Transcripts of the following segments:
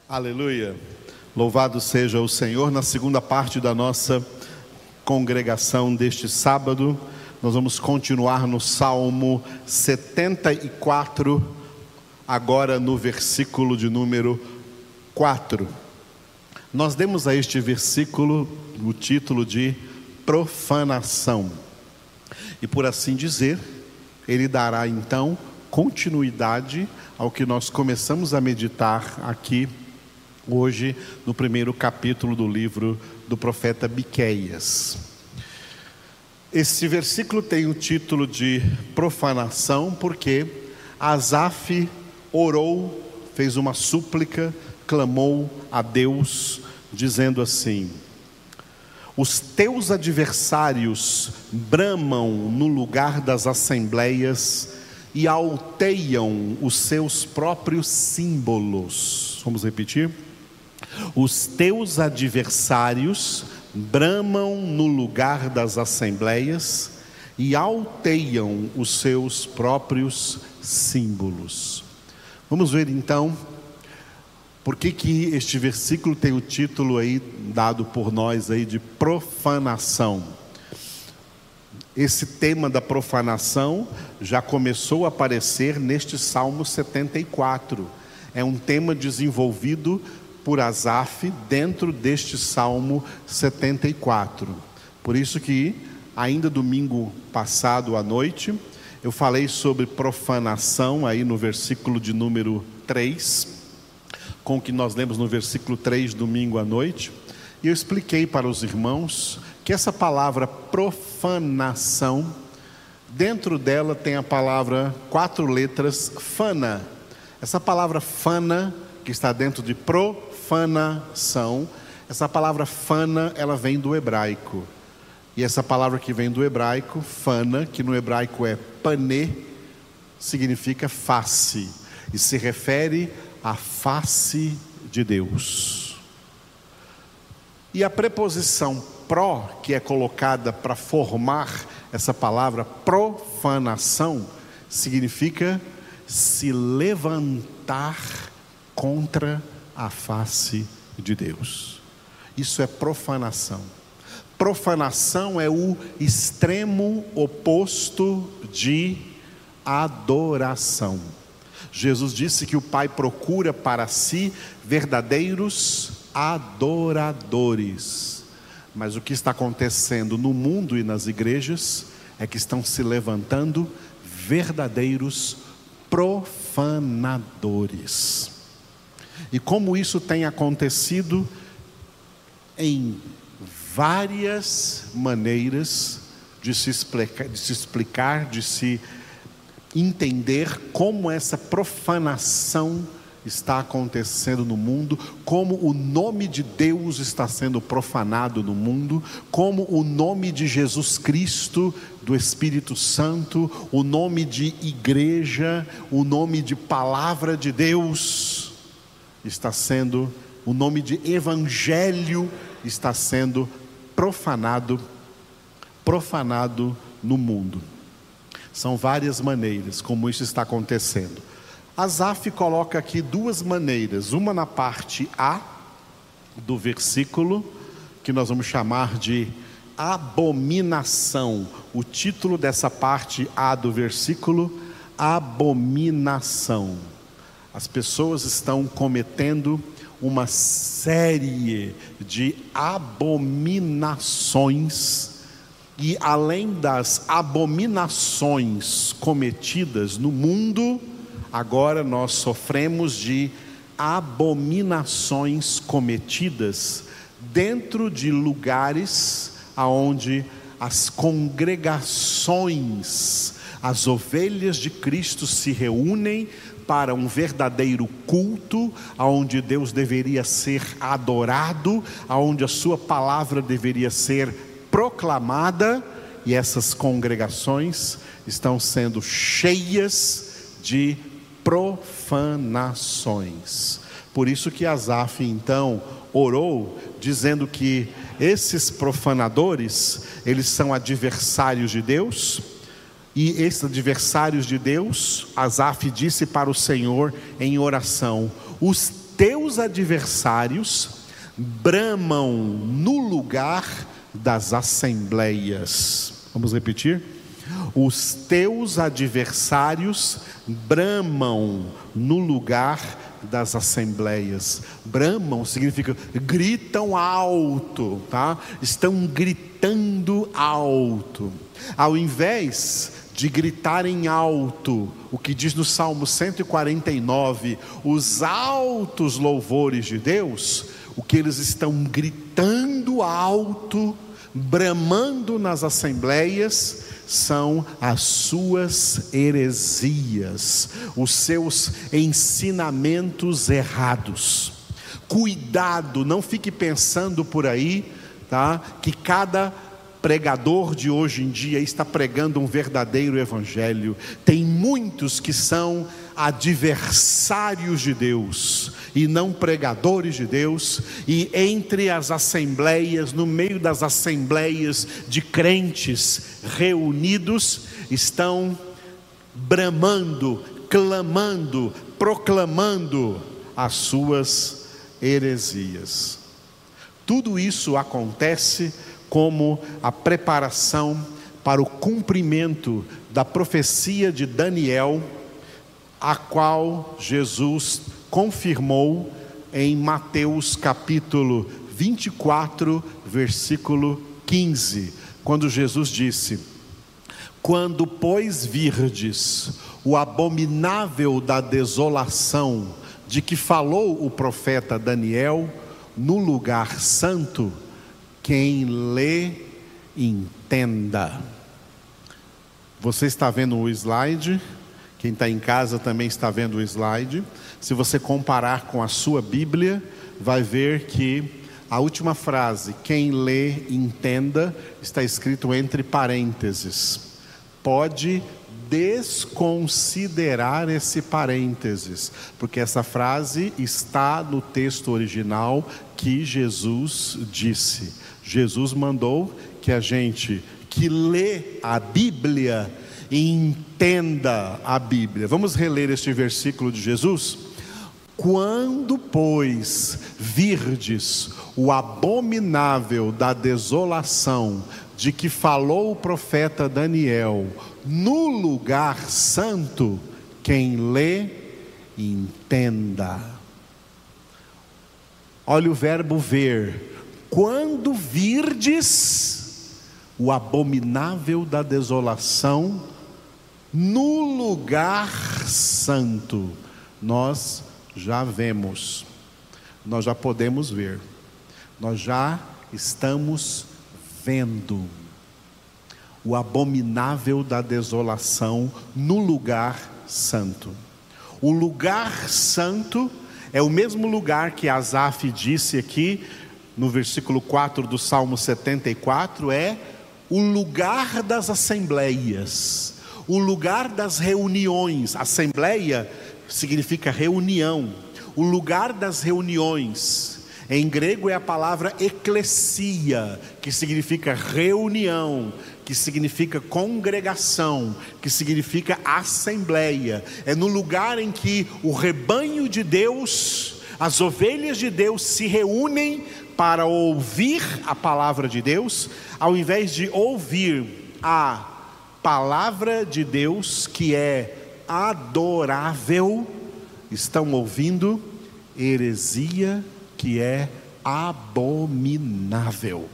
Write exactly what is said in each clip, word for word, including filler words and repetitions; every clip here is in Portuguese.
Aleluia, louvado seja o Senhor. Na segunda parte da nossa congregação deste sábado, nós vamos continuar no Salmo setenta e quatro, agora no versículo de número quatro. Nós demos a este versículo o título de profanação, e por assim dizer, ele dará então continuidade ao que nós começamos a meditar aqui hoje, no primeiro capítulo do livro do profeta Miqueias. Esse versículo tem o título de profanação porque Asaf orou, fez uma súplica, clamou a Deus, dizendo assim: os teus adversários bramam no lugar das assembleias e alteiam os seus próprios símbolos. Vamos repetir? Os teus adversários bramam no lugar das assembleias e alteiam os seus próprios símbolos. Vamos ver então por que que este versículo tem o título aí dado por nós aí de profanação. Esse tema da profanação já começou a aparecer neste Salmo setenta e quatro. É um tema desenvolvido por Asaf dentro deste Salmo setenta e quatro. Por isso que, ainda domingo passado à noite, eu falei sobre profanação aí no versículo de número três, com o que nós lemos no versículo três, domingo à noite, e eu expliquei para os irmãos que essa palavra profanação, dentro dela tem a palavra, quatro letras, fana. Essa palavra fana, que está dentro de profanação, essa palavra fana, ela vem do hebraico. E essa palavra que vem do hebraico, fana, que no hebraico é panê, significa face, e se refere à face de Deus. E a preposição pró, que é colocada para formar essa palavra profanação, significa se levantar contra a face de Deus. Isso é profanação. Profanação é o extremo oposto de adoração. Jesus disse que o Pai procura para si verdadeiros adoradores. Mas o que está acontecendo no mundo e nas igrejas é que estão se levantando verdadeiros profanadores. E como isso tem acontecido em várias maneiras de se explicar, de se explicar, de se entender como essa profanação está acontecendo no mundo, como o nome de Deus está sendo profanado no mundo, como o nome de Jesus Cristo, do Espírito Santo, o nome de igreja, o nome de palavra de Deus está sendo, o nome de evangelho está sendo profanado, profanado no mundo. São várias maneiras como isso está acontecendo. Asaf coloca aqui duas maneiras, uma na parte A do versículo, que nós vamos chamar de abominação. O título dessa parte A do versículo, abominação. As pessoas estão cometendo uma série de abominações, e além das abominações cometidas no mundo, agora nós sofremos de abominações cometidas dentro de lugares aonde as congregações, as ovelhas de Cristo se reúnem para um verdadeiro culto, aonde Deus deveria ser adorado, aonde a sua palavra deveria ser proclamada, e essas congregações estão sendo cheias de profanações. Por isso que Asaf então orou, dizendo que esses profanadores, eles são adversários de Deus, e esses adversários de Deus, Asaf disse para o Senhor em oração: os teus adversários bramam no lugar das assembleias. Vamos repetir? Os teus adversários bramam no lugar das assembleias. Bramam significa gritam alto, tá? Estão gritando alto. Ao invés de gritarem alto, o que diz no Salmo cento e quarenta e nove, os altos louvores de Deus, o que eles estão gritando alto, bramando nas assembleias, são as suas heresias, os seus ensinamentos errados. Cuidado, não fique pensando por aí, tá? Que cada pregador de hoje em dia está pregando um verdadeiro evangelho. Tem muitos que são adversários de Deus e não pregadores de Deus, e entre as assembleias, no meio das assembleias de crentes reunidos, estão bramando, clamando, proclamando as suas heresias. Tudo isso acontece como a preparação para o cumprimento da profecia de Daniel, a qual Jesus confirmou em Mateus capítulo vinte e quatro, versículo quinze, quando Jesus disse: quando pois virdes o abominável da desolação de que falou o profeta Daniel no lugar santo, quem lê, entenda. Você está vendo o slide? Quem está em casa também está vendo o slide. Se você comparar com a sua Bíblia, vai ver que a última frase, quem lê, entenda, está escrito entre parênteses. Pode desconsiderar esse parênteses, porque essa frase está no texto original que Jesus disse. Jesus mandou que a gente que lê a Bíblia entenda a Bíblia. Vamos reler este versículo de Jesus? Quando, pois, virdes o abominável da desolação de que falou o profeta Daniel no lugar santo, quem lê, entenda. Olha o verbo ver. Quando virdes o abominável da desolação no lugar santo, nós já vemos, nós já podemos ver, nós já estamos vendo o abominável da desolação no lugar santo. O lugar santo é o mesmo lugar que Asaf disse aqui no versículo quatro do Salmo setenta e quatro, é o lugar das assembleias, o lugar das reuniões. Assembleia significa reunião, o lugar das reuniões. Em grego é a palavra eclesia, que significa reunião, que significa congregação, que significa assembleia. É no lugar em que o rebanho de Deus, as ovelhas de Deus se reúnem para ouvir a palavra de Deus, ao invés de ouvir a palavra de Deus, que é adorável, estão ouvindo heresia, que é abominável.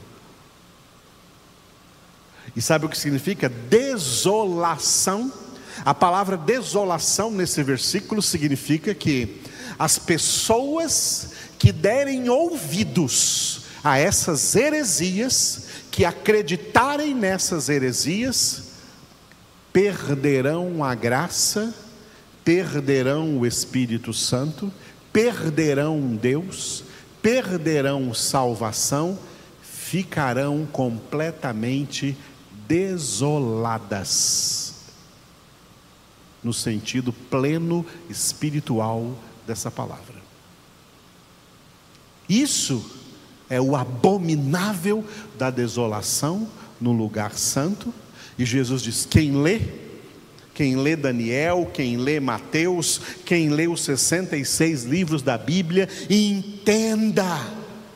E sabe o que significa? Desolação. A palavra desolação nesse versículo significa que as pessoas que derem ouvidos a essas heresias, que acreditarem nessas heresias, perderão a graça, perderão o Espírito Santo, perderão Deus, perderão salvação, ficarão completamente desoladas, no sentido pleno espiritual dessa palavra. Isso é o abominável da desolação no lugar santo. E Jesus diz: quem lê, Quem lê Daniel, quem lê Mateus, quem lê os sessenta e seis livros da Bíblia, entenda.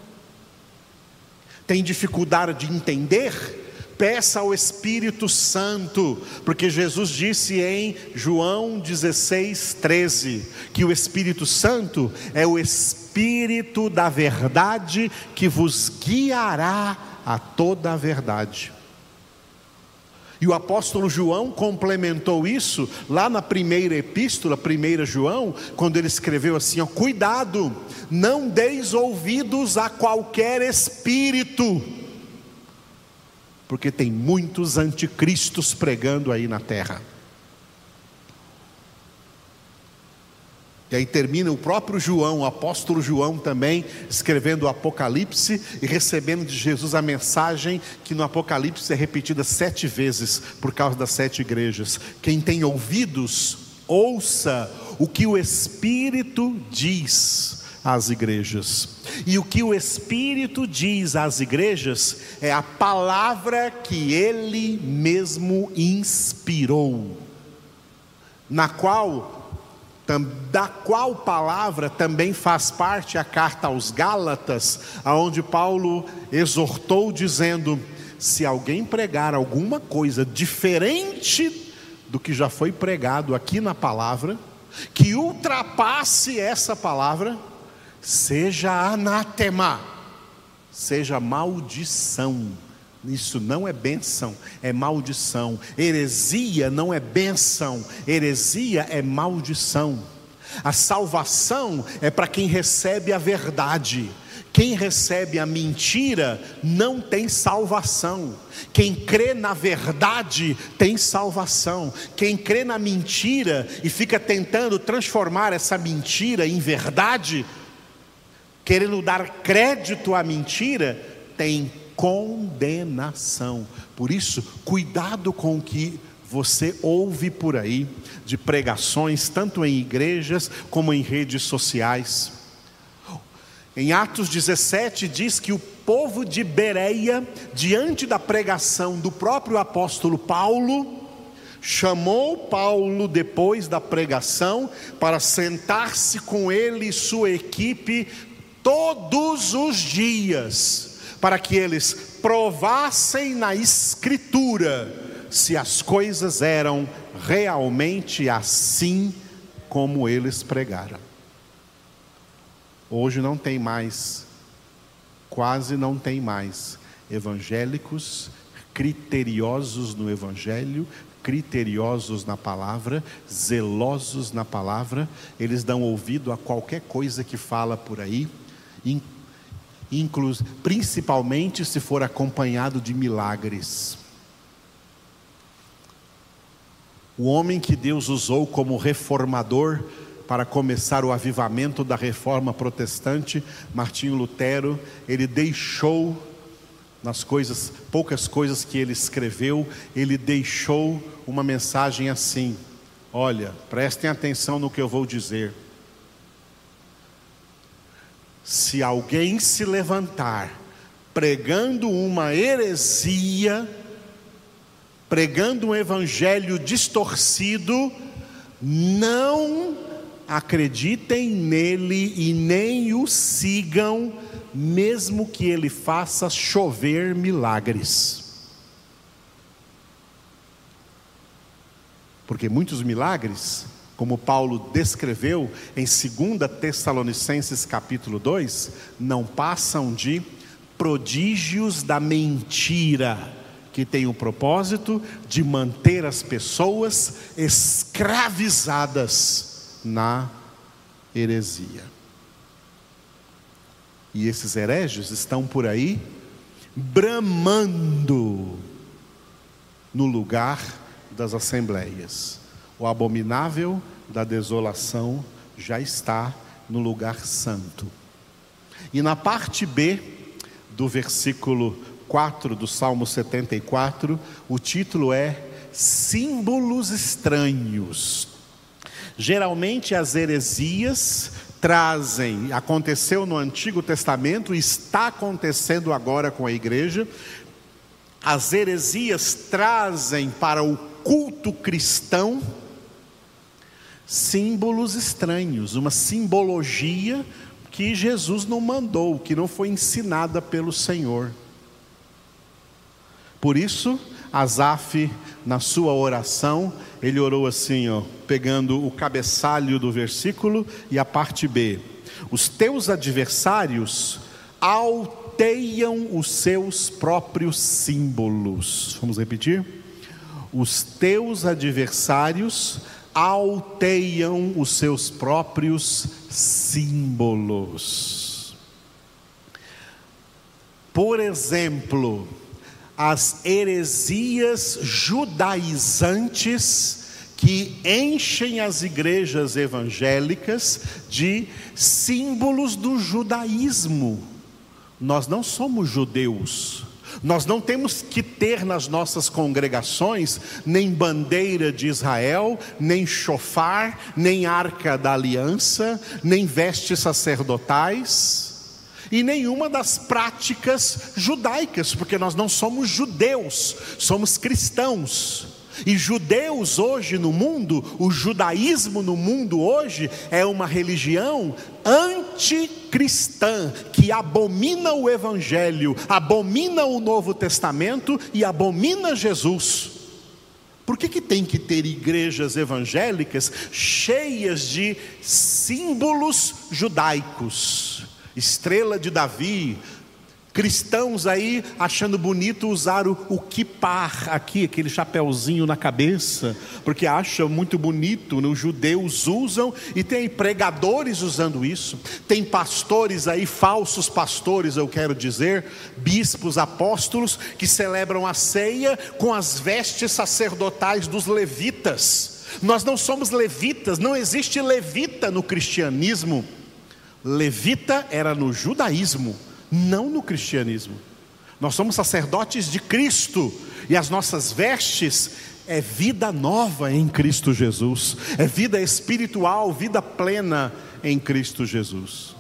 Tem dificuldade de entender? Peça ao Espírito Santo, porque Jesus disse em João dezesseis, treze, que o Espírito Santo é o Espírito da verdade que vos guiará a toda a verdade. E o apóstolo João complementou isso lá na primeira epístola, primeira João, quando ele escreveu assim, ó, cuidado, não deis ouvidos a qualquer espírito, porque tem muitos anticristos pregando aí na terra. E aí termina o próprio João, o apóstolo João também, escrevendo o Apocalipse e recebendo de Jesus a mensagem que no Apocalipse é repetida sete vezes, por causa das sete igrejas. Quem tem ouvidos, ouça o que o Espírito diz às igrejas. E o que o Espírito diz às igrejas é a palavra que Ele mesmo inspirou, na qual... da qual palavra também faz parte a carta aos Gálatas, aonde Paulo exortou dizendo, se alguém pregar alguma coisa diferente do que já foi pregado aqui na palavra, que ultrapasse essa palavra, seja anátema, seja maldição. Isso não é bênção, é maldição. Heresia não é bênção, heresia é maldição. A salvação é para quem recebe a verdade. Quem recebe a mentira não tem salvação. Quem crê na verdade tem salvação. Quem crê na mentira e fica tentando transformar essa mentira em verdade, querendo dar crédito à mentira, tem condenação. Por isso, cuidado com o que você ouve por aí, de pregações, tanto em igrejas como em redes sociais. Em Atos dezessete diz que o povo de Bereia, diante da pregação do próprio apóstolo Paulo, chamou Paulo depois da pregação para sentar-se com ele e sua equipe todos os dias, para que eles provassem na Escritura se as coisas eram realmente assim como eles pregaram. Hoje não tem mais, quase não tem mais, evangélicos criteriosos no Evangelho, criteriosos na palavra, zelosos na palavra. Eles dão ouvido a qualquer coisa que fala por aí, inclu- principalmente se for acompanhado de milagres. O homem que Deus usou como reformador para começar o avivamento da reforma protestante, Martinho Lutero, ele deixou, nas coisas, poucas coisas que ele escreveu, ele deixou uma mensagem assim: olha, prestem atenção no que eu vou dizer. Se alguém se levantar pregando uma heresia, pregando um evangelho distorcido, não acreditem nele e nem o sigam, mesmo que ele faça chover milagres. Porque muitos milagres, como Paulo descreveu em dois Tessalonicenses capítulo dois, não passam de prodígios da mentira, que tem o propósito de manter as pessoas escravizadas na heresia. E esses hereges estão por aí bramando no lugar das assembleias. O abominável da desolação já está no lugar santo. E na parte B do versículo quatro do Salmo setenta e quatro, o título é Símbolos Estranhos. Geralmente as heresias trazem, aconteceu no Antigo Testamento e está acontecendo agora com a igreja, as heresias trazem para o culto cristão símbolos estranhos, uma simbologia que Jesus não mandou, que não foi ensinada pelo Senhor. Por isso, Asaf, na sua oração, ele orou assim, ó, pegando o cabeçalho do versículo e a parte B: os teus adversários alteiam os seus próprios símbolos. Vamos repetir? Os teus adversários alteiam os seus próprios símbolos. Por exemplo, as heresias judaizantes que enchem as igrejas evangélicas de símbolos do judaísmo. Nós não somos judeus. Nós não temos que ter nas nossas congregações nem bandeira de Israel, nem chofar, nem arca da aliança, nem vestes sacerdotais e nenhuma das práticas judaicas, porque nós não somos judeus, somos cristãos. E judeus hoje no mundo, o judaísmo no mundo hoje é uma religião anticristã, que abomina o Evangelho, abomina o Novo Testamento e abomina Jesus. Por que que tem que ter igrejas evangélicas cheias de símbolos judaicos? Estrela de Davi, cristãos aí achando bonito usar o, o kippah aqui, aquele chapéuzinho na cabeça, porque acham muito bonito, né? Os judeus usam, e tem pregadores usando isso, tem pastores aí, falsos pastores eu quero dizer, bispos, apóstolos, que celebram a ceia com as vestes sacerdotais dos levitas. Nós não somos levitas, não existe levita no cristianismo. Levita era no judaísmo, não no cristianismo. Nós somos sacerdotes de Cristo, e as nossas vestes é vida nova em Cristo Jesus, é vida espiritual, vida plena em Cristo Jesus.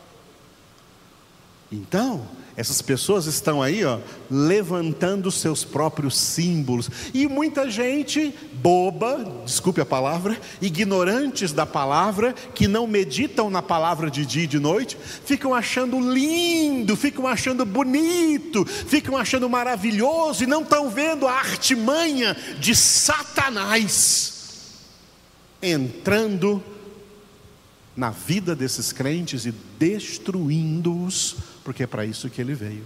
Então, essas pessoas estão aí, ó, levantando seus próprios símbolos, e muita gente boba, desculpe a palavra, ignorantes da palavra, que não meditam na palavra de dia e de noite, ficam achando lindo, ficam achando bonito, ficam achando maravilhoso, e não estão vendo a artimanha de Satanás entrando na vida desses crentes e destruindo-os, porque é para isso que ele veio.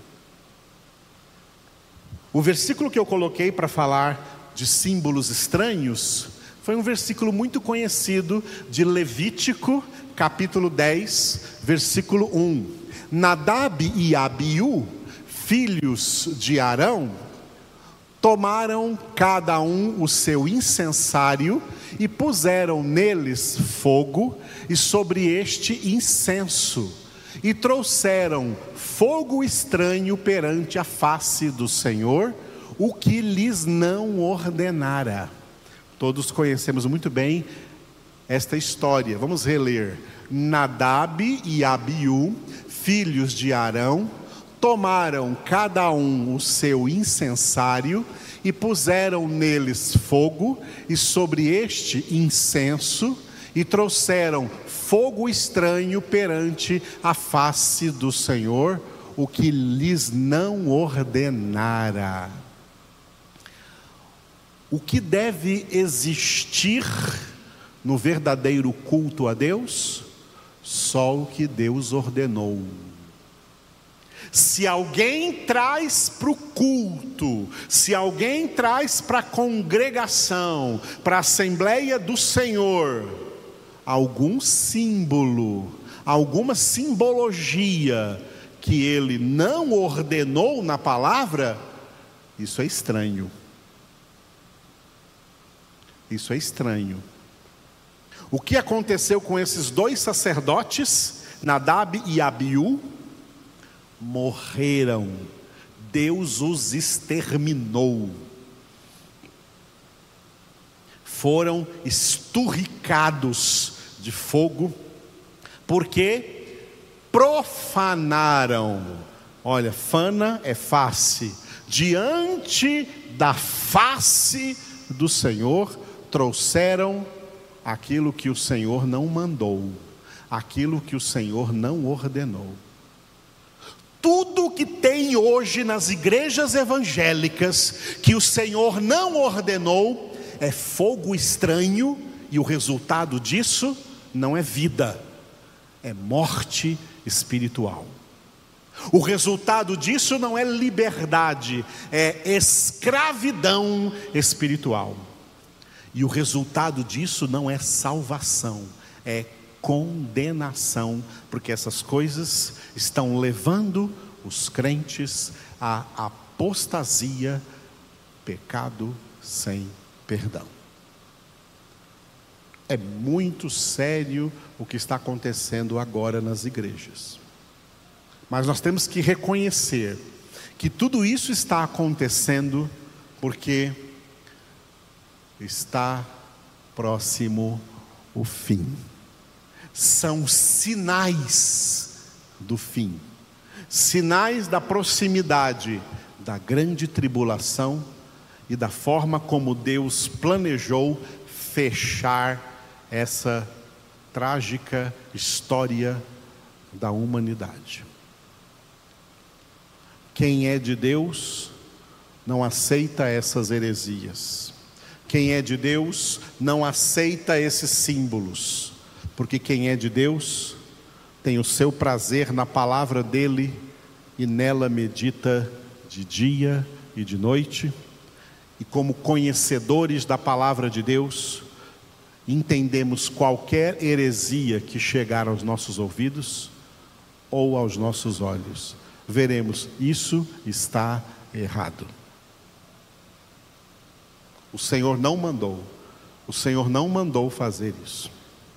O versículo que eu coloquei para falar de símbolos estranhos foi um versículo muito conhecido de Levítico, capítulo dez, versículo um. Nadab e Abiú, filhos de Arão, tomaram cada um o seu incensário e puseram neles fogo, e sobre este incenso, e trouxeram fogo estranho perante a face do Senhor, o que lhes não ordenara. Todos conhecemos muito bem esta história, vamos reler. Nadab e Abiú, filhos de Arão, tomaram cada um o seu incensário e puseram neles fogo, e sobre este incenso, e trouxeram fogo estranho perante a face do Senhor, o que lhes não ordenara. O que deve existir no verdadeiro culto a Deus? Só o que Deus ordenou. Se alguém traz para o culto, se alguém traz para a congregação, para a Assembleia do Senhor, algum símbolo, alguma simbologia que ele não ordenou na palavra, isso é estranho. Isso é estranho. O que aconteceu com esses dois sacerdotes, Nadab e Abiú? Morreram. Deus os exterminou. Foram esturricados de fogo, porque profanaram. Olha, fana é face. Diante da face do Senhor trouxeram aquilo que o Senhor não mandou, aquilo que o Senhor não ordenou. Tudo que tem hoje nas igrejas evangélicas que o Senhor não ordenou é fogo estranho, e o resultado disso não é vida, é morte espiritual. O resultado disso não é liberdade, é escravidão espiritual. E o resultado disso não é salvação, é condenação, porque essas coisas estão levando os crentes à apostasia, pecado sem perdão. É muito sério o que está acontecendo agora nas igrejas. Mas nós temos que reconhecer que tudo isso está acontecendo porque está próximo o fim. São sinais do fim, sinais da proximidade da grande tribulação e da forma como Deus planejou fechar essa trágica história da humanidade. Quem é de Deus não aceita essas heresias. Quem é de Deus não aceita esses símbolos, porque quem é de Deus tem o seu prazer na palavra dele e nela medita de dia e de noite. E como conhecedores da palavra de Deus, entendemos qualquer heresia que chegar aos nossos ouvidos ou aos nossos olhos. Veremos, isso está errado. O Senhor não mandou, o Senhor não mandou fazer isso.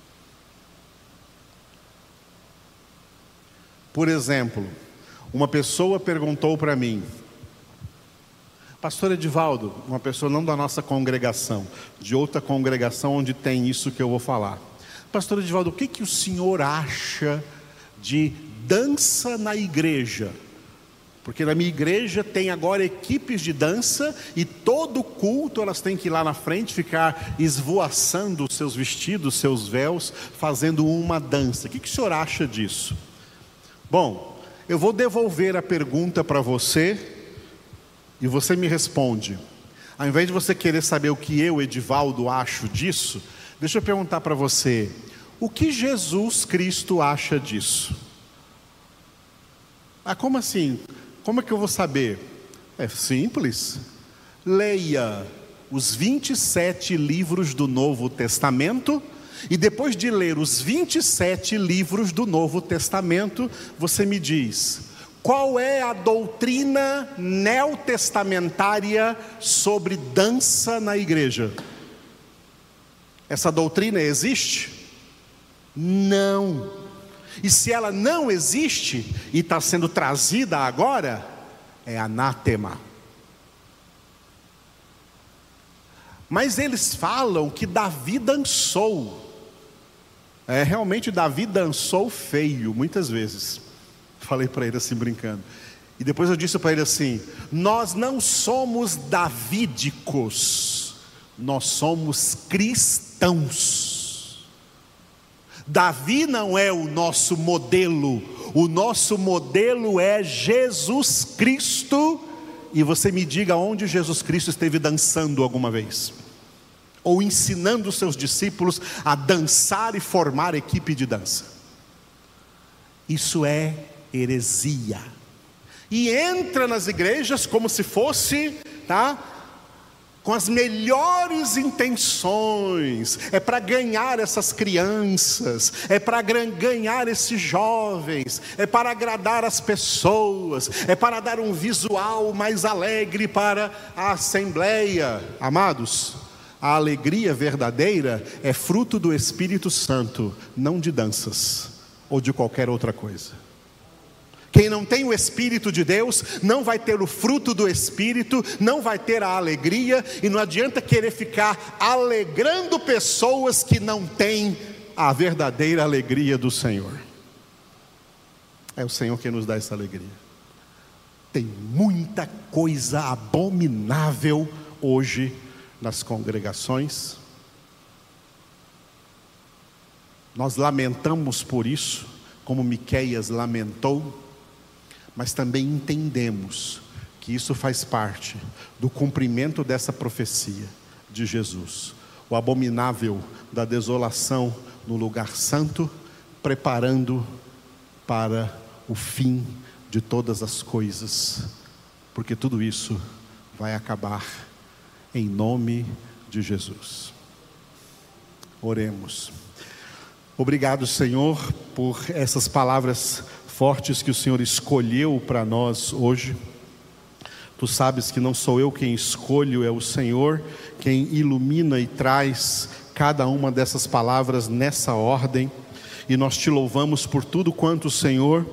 Por exemplo, uma pessoa perguntou para mim, pastor Edivaldo, uma pessoa não da nossa congregação, de outra congregação onde tem isso que eu vou falar. Pastor Edivaldo, o que, que o senhor acha de dança na igreja? Porque na minha igreja tem agora equipes de dança e todo culto elas têm que ir lá na frente ficar esvoaçando os seus vestidos, seus véus, fazendo uma dança. O que, que o senhor acha disso? Bom, eu vou devolver a pergunta para você e você me responde. Ao invés de você querer saber o que eu, Edivaldo, acho disso, deixa eu perguntar para você, o que Jesus Cristo acha disso? Ah, como assim? Como é que eu vou saber? É simples. Leia os vinte e sete livros do Novo Testamento e depois de ler os vinte e sete livros do Novo Testamento, você me diz, qual é a doutrina neotestamentária sobre dança na igreja? Essa doutrina existe? Não. E se ela não existe e está sendo trazida agora, é anátema. Mas eles falam que Davi dançou. É, realmente Davi dançou feio, muitas vezes. Falei para ele assim brincando. E depois eu disse para ele assim, nós não somos davídicos, nós somos cristãos. Davi não é o nosso modelo, o nosso modelo é Jesus Cristo. E você me diga onde Jesus Cristo esteve dançando alguma vez, ou ensinando os seus discípulos a dançar e formar equipe de dança. Isso é heresia, e entra nas igrejas como se fosse, tá? Com as melhores intenções, é para ganhar essas crianças, é para ganhar esses jovens, é para agradar as pessoas, é para dar um visual mais alegre para a assembleia. Amados, a alegria verdadeira é fruto do Espírito Santo, não de danças ou de qualquer outra coisa. Quem não tem o Espírito de Deus não vai ter o fruto do Espírito, não vai ter a alegria, e não adianta querer ficar alegrando pessoas que não têm a verdadeira alegria do Senhor. É o Senhor que nos dá essa alegria. Tem muita coisa abominável hoje nas congregações. Nós lamentamos por isso, como Miqueias lamentou, mas também entendemos que isso faz parte do cumprimento dessa profecia de Jesus, o abominável da desolação no lugar santo, preparando para o fim de todas as coisas, porque tudo isso vai acabar em nome de Jesus. Oremos. Obrigado, Senhor, por essas palavras fortes que o Senhor escolheu para nós hoje. Tu sabes que não sou eu quem escolho, é o Senhor quem ilumina e traz cada uma dessas palavras nessa ordem. E nós te louvamos por tudo quanto o Senhor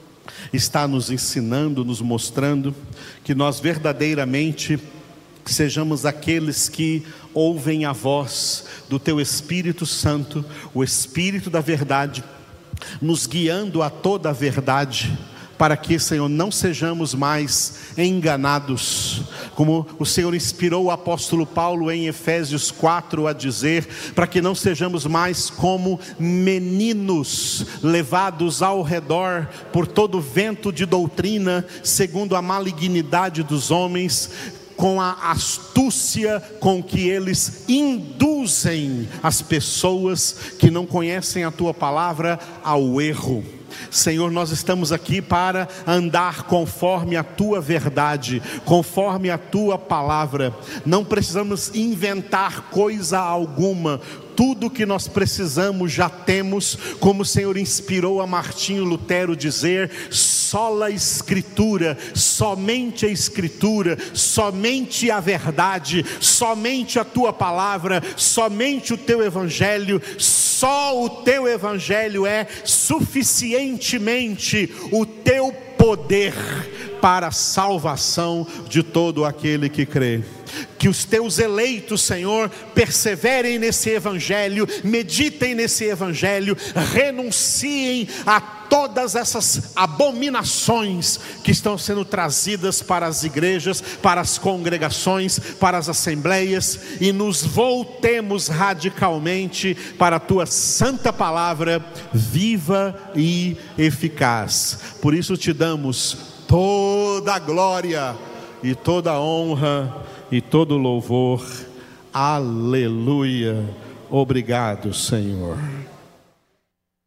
está nos ensinando, nos mostrando, que nós verdadeiramente sejamos aqueles que ouvem a voz do Teu Espírito Santo, o Espírito da verdade, nos guiando a toda a verdade, para que, Senhor, não sejamos mais enganados, como o Senhor inspirou o apóstolo Paulo em Efésios quatro a dizer, para que não sejamos mais como meninos levados ao redor por todo vento de doutrina, segundo a malignidade dos homens, com a astúcia com que eles induzem as pessoas que não conhecem a Tua palavra ao erro. Senhor, nós estamos aqui para andar conforme a Tua verdade, conforme a Tua palavra. Não precisamos inventar coisa alguma. Tudo que nós precisamos já temos, como o Senhor inspirou a Martinho Lutero dizer: sola a Escritura, somente a Escritura, somente a verdade, somente a Tua palavra, somente o Teu Evangelho. Só o Teu Evangelho é suficientemente o Teu poder para a salvação de todo aquele que crê. Que os Teus eleitos, Senhor, perseverem nesse Evangelho, meditem nesse Evangelho, renunciem a todas essas abominações que estão sendo trazidas para as igrejas, para as congregações, para as assembleias, e nos voltemos radicalmente para a Tua santa palavra, viva e eficaz. Por isso te damos toda a glória e toda a honra e todo louvor. Aleluia. Obrigado, Senhor.